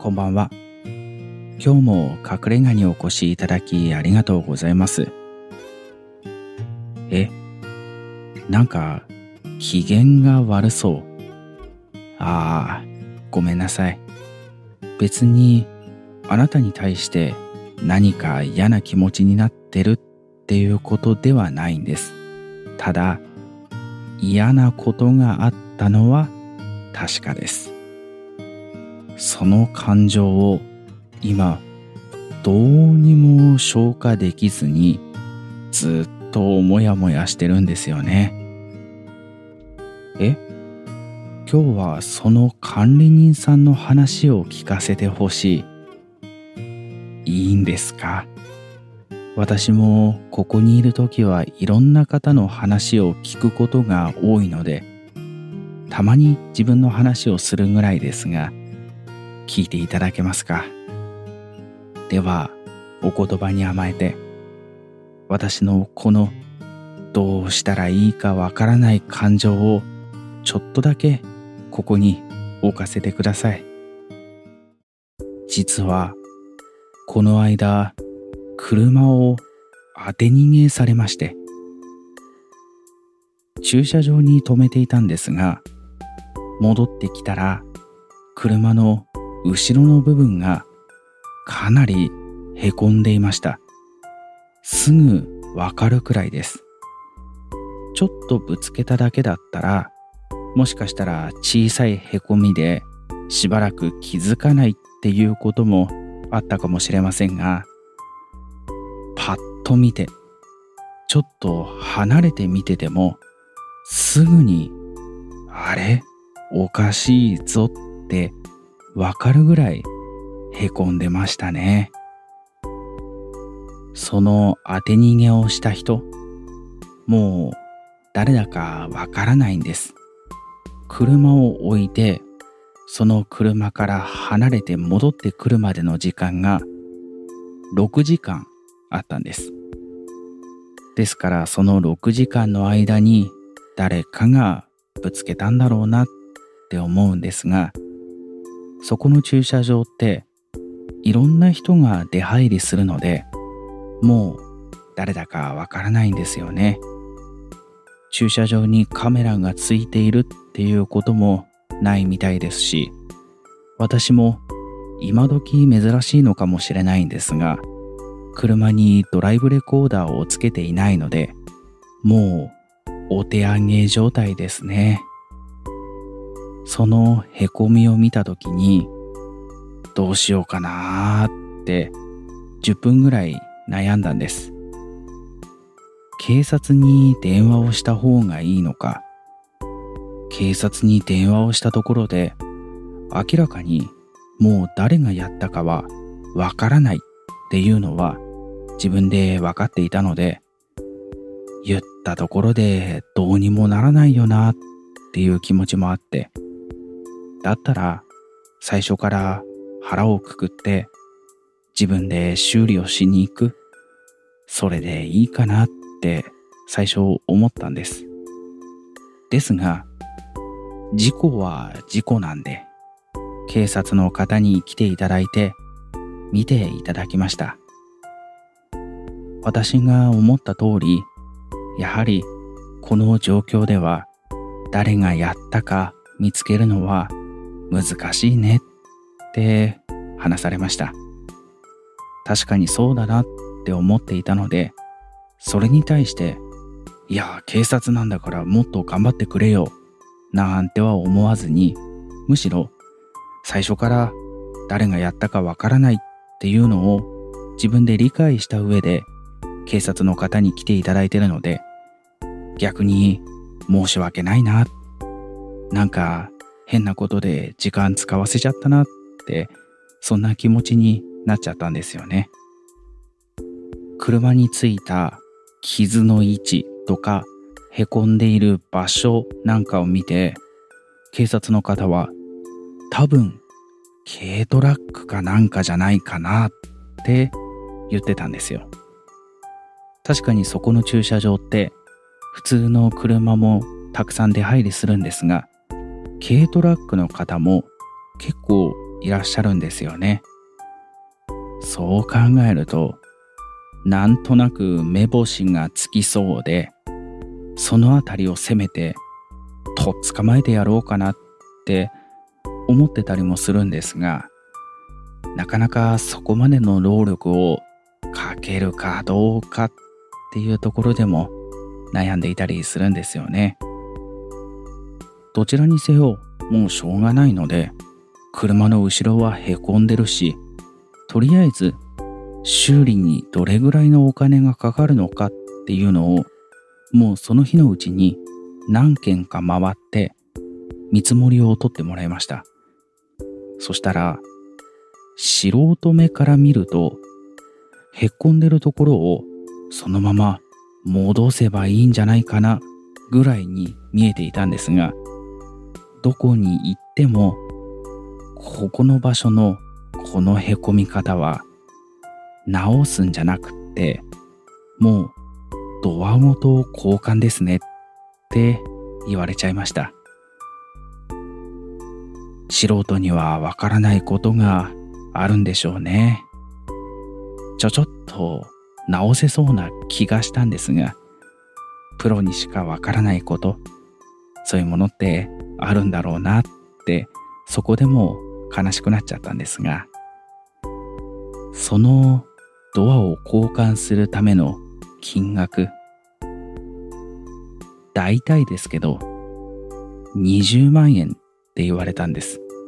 こんばんは。今日も隠れ家にお越しいただきありがとうございます。なんか機嫌が悪そう。ごめんなさい。別にあなたに対して何か嫌な気持ちになってるっていうことではないんです。ただ嫌なことがあったのは確かです。その感情を今どうにも消化できずにずっともやもやしてるんですよね。今日はその管理人さんの話を聞かせてほしい。いいんですか？私もここにいるときはいろんな方の話を聞くことが多いので、たまに自分の話をするぐらいですが、聞いていただけますか？では、お言葉に甘えて、私のこのどうしたらいいかわからない感情をちょっとだけここに置かせてください。実はこの間車を当て逃げされまして、駐車場に停めていたんですが、戻ってきたら車の後ろの部分がかなりへこんでいました。すぐわかるくらいです。ちょっとぶつけただけだったら、もしかしたら小さいへこみでしばらく気づかないっていうこともあったかもしれませんが、パッと見て、ちょっと離れて見ててもすぐにあれおかしいぞってわかるぐらいへこんでましたね。その当て逃げをした人、もう誰だかわからないんです。車を置いてその車から離れて戻ってくるまでの時間が6時間あったんです。ですからその6時間の間に誰かがぶつけたんだろうなって思うんですが、そこの駐車場っていろんな人が出入りするので、もう誰だかわからないんですよね。駐車場にカメラがついているっていうこともないみたいですし、私も今時珍しいのかもしれないんですが、車にドライブレコーダーをつけていないので、もうお手上げ状態ですね。そのへこみを見たときに、どうしようかなーって10分ぐらい悩んだんです。警察に電話をした方がいいのか、警察に電話をしたところで明らかにもう誰がやったかはわからないっていうのは自分で分かっていたので、言ったところでどうにもならないよなっていう気持ちもあって、だったら最初から腹をくくって自分で修理をしに行く、それでいいかなって最初思ったんです。ですが事故は事故なんで、警察の方に来ていただいて見ていただきました。私が思った通り、やはりこの状況では誰がやったか見つけるのは難しいねって話されました。確かにそうだなって思っていたので、それに対して、いや警察なんだからもっと頑張ってくれよなんては思わずに、むしろ最初から誰がやったかわからないっていうのを自分で理解した上で警察の方に来ていただいているので、逆に申し訳ないな、なんか変なことで時間使わせちゃったなって、そんな気持ちになっちゃったんですよね。車についた傷の位置とかへこんでいる場所なんかを見て、警察の方は多分軽トラックかなんかじゃないかなって言ってたんですよ。確かにそこの駐車場って普通の車もたくさん出入りするんですが、軽トラックの方も結構いらっしゃるんですよね。そう考えると、なんとなく目星がつきそうで、そのあたりをせめてとっ捕まえてやろうかなって思ってたりもするんですが、なかなかそこまでの労力をかけるかどうかっていうところでも悩んでいたりするんですよね。どちらにせよもうしょうがないので、車の後ろはへこんでるし、とりあえず修理にどれぐらいのお金がかかるのかっていうのをもうその日のうちに何軒か回って見積もりを取ってもらいました。そしたら素人目から見るとへっこんでるところをそのまま戻せばいいんじゃないかなぐらいに見えていたんですが、どこに行ってもここの場所のこのへこみ方は直すんじゃなくってもうドアごと交換ですねって言われちゃいました。素人にはわからないことがあるんでしょうね。ちょっと直せそうな気がしたんですが、プロにしかわからないこと、そういうものってあるんだろうなって、そこでも悲しくなっちゃったんですが、そのドアを交換するための金額、大体ですけど20万円って言われたんです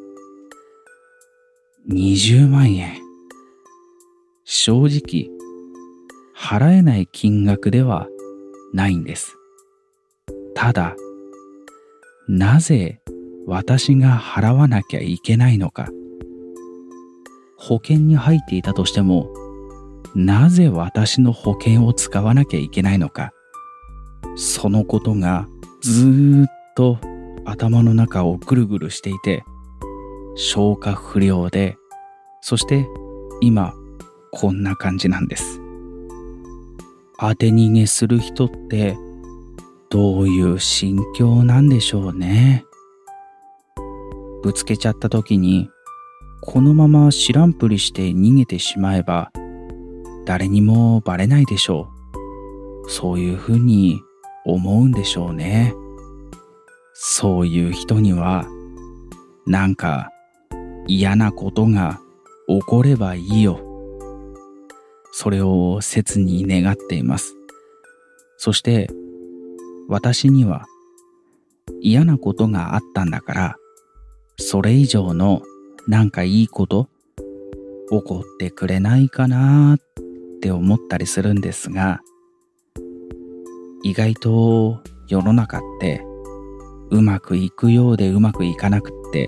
。20万円。正直払えない金額ではないんです。ただ、なぜ私が払わなきゃいけないのか。保険に入っていたとしても、なぜ私の保険を使わなきゃいけないのか。そのことがずーっと頭の中をぐるぐるしていて、消化不良で、そして今こんな感じなんです。当て逃げする人ってどういう心境なんでしょうね。ぶつけちゃった時にこのまま知らんぷりして逃げてしまえば誰にもバレないでしょう。そういうふうに思うんでしょうね。そういう人にはなんか嫌なことが起こればいいよ。それを切に願っています。そして私には嫌なことがあったんだから、それ以上のなんかいいこと起こってくれないかなって思ったりするんですが、意外と世の中ってうまくいくようでうまくいかなくって、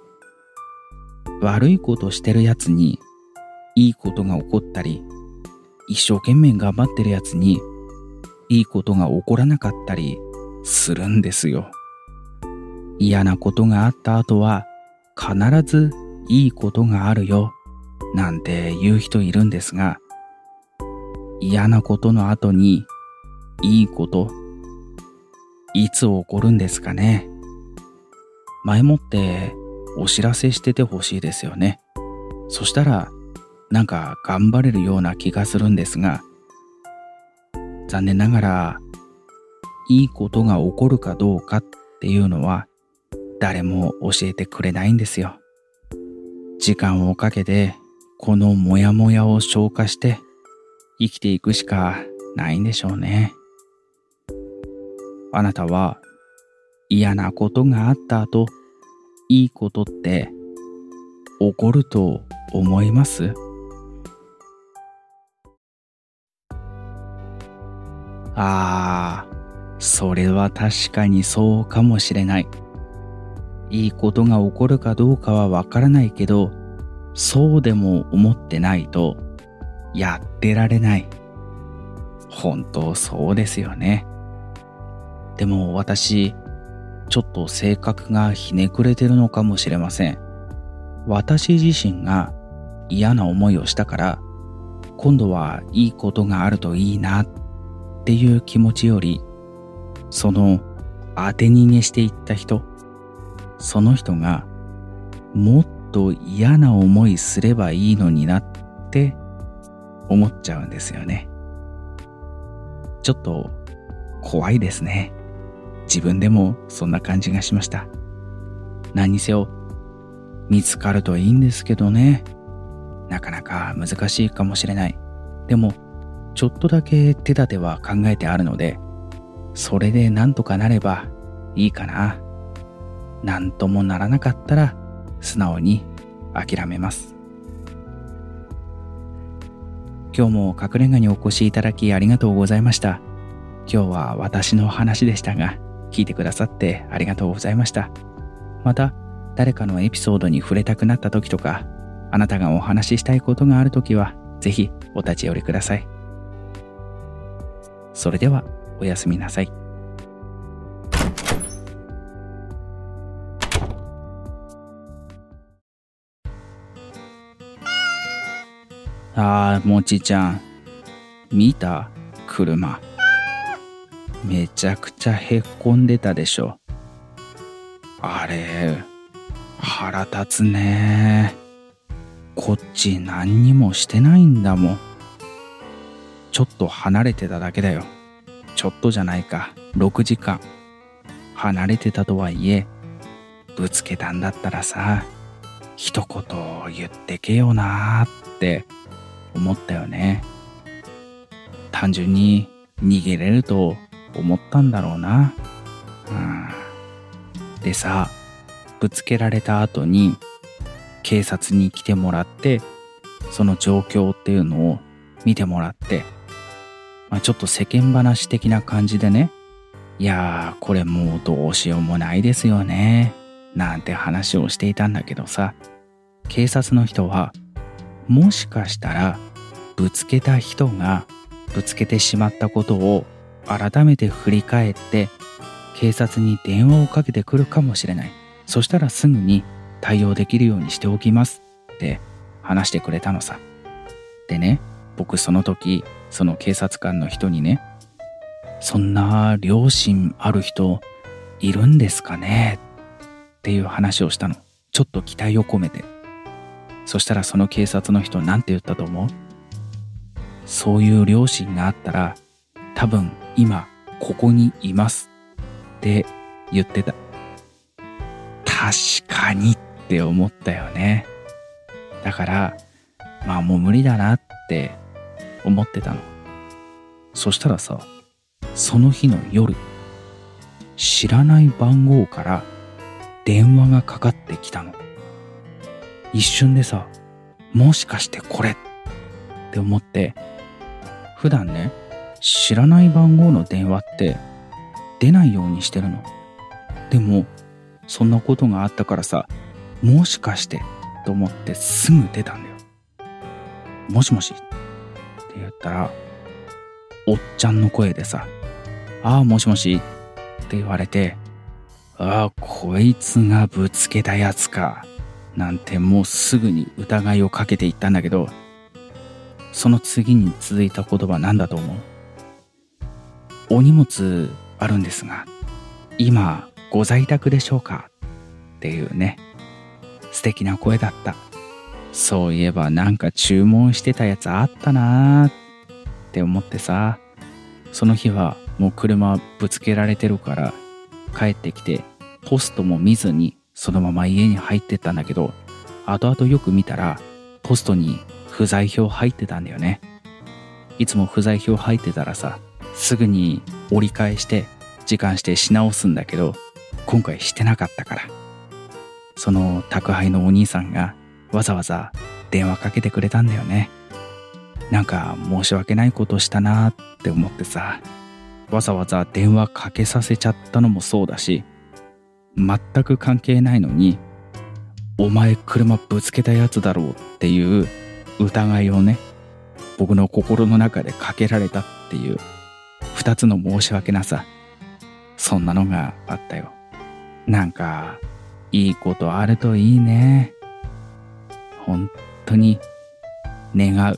悪いことしてるやつにいいことが起こったり、一生懸命頑張ってるやつにいいことが起こらなかったりするんですよ。嫌なことがあった後は必ずいいことがあるよなんて言う人いるんですが、嫌なことの後にいいこといつ起こるんですかね。前もってお知らせしててほしいですよね。そしたらなんか頑張れるような気がするんですが、残念ながらいいことが起こるかどうかっていうのは誰も教えてくれないんですよ。時間をかけてこのモヤモヤを消化して生きていくしかないんでしょうね。あなたは嫌なことがあった後、いいことって起こると思います？それは確かにそうかもしれない。いいことが起こるかどうかはわからないけど、そうでも思ってないとやってられない。本当そうですよね。でも私、ちょっと性格がひねくれてるのかもしれません。私自身が嫌な思いをしたから、今度はいいことがあるといいなっていう気持ちより、その当て逃げしていった人、その人がもっと嫌な思いすればいいのになって思っちゃうんですよね。ちょっと怖いですね。自分でもそんな感じがしました。何にせよ見つかるといいんですけどね。なかなか難しいかもしれない。でもちょっとだけ手立ては考えてあるので、それでなんとかなればいいかな。なんともならなかったら素直に諦めます。今日も隠れ家にお越しいただきありがとうございました。今日は私の話でしたが、聞いてくださってありがとうございました。また誰かのエピソードに触れたくなった時とか、あなたがお話ししたいことがある時はぜひお立ち寄りください。それではおやすみなさい。もちちゃん、見た？車。めちゃくちゃへっこんでたでしょ。あれ、腹立つね。こっち何にもしてないんだもん。ちょっと離れてただけだよ。ちょっとじゃないか、6時間。離れてたとはいえ、ぶつけたんだったらさ、一言言ってけよなーって思ったよね。単純に逃げれると思ったんだろうな。でさ、ぶつけられた後に警察に来てもらって、その状況っていうのを見てもらって、ちょっと世間話的な感じでね、いやーこれもうどうしようもないですよねなんて話をしていたんだけどさ、警察の人はもしかしたらぶつけた人がぶつけてしまったことを改めて振り返って警察に電話をかけてくるかもしれない。そしたらすぐに対応できるようにしておきますって話してくれたのさ。でね、僕その時その警察官の人にね、そんな良心ある人いるんですかねっていう話をしたの。ちょっと期待を込めて。そしたらその警察の人なんて言ったと思う？そういう良心があったら多分今ここにいますって言ってた。確かにって思ったよね。だからもう無理だなって思ってたの。そしたらさ、その日の夜、知らない番号から電話がかかってきたの。一瞬でさ、もしかしてこれって思って、普段ね、知らない番号の電話って出ないようにしてるの。でもそんなことがあったからさ、もしかしてと思ってすぐ出たんだよ。もしもしって言ったら、おっちゃんの声でさ、もしもしって言われて、こいつがぶつけたやつかなんてもうすぐに疑いをかけていったんだけど、その次に続いた言葉なんだと思う？お荷物あるんですが、今ご在宅でしょうかっていうね、素敵な声だった。そういえばなんか注文してたやつあったなーって思ってさ、その日はもう車ぶつけられてるから帰ってきてポストも見ずにそのまま家に入ってったんだけど、後々よく見たらポストに不在票入ってたんだよね。いつも不在票入ってたらさ、すぐに折り返して時間してし直すんだけど、今回してなかったから、その宅配のお兄さんがわざわざ電話かけてくれたんだよね。なんか申し訳ないことしたなって思ってさ、わざわざ電話かけさせちゃったのもそうだし、全く関係ないのにお前車ぶつけたやつだろうっていう疑いをね、僕の心の中でかけられたっていう二つの申し訳なさ、そんなのがあったよ。なんかいいことあるといいね。本当に願う。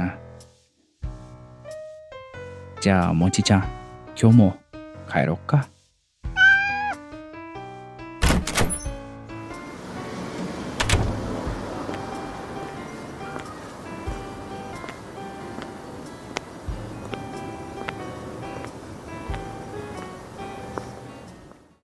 じゃあもちちゃん、今日も帰ろっか。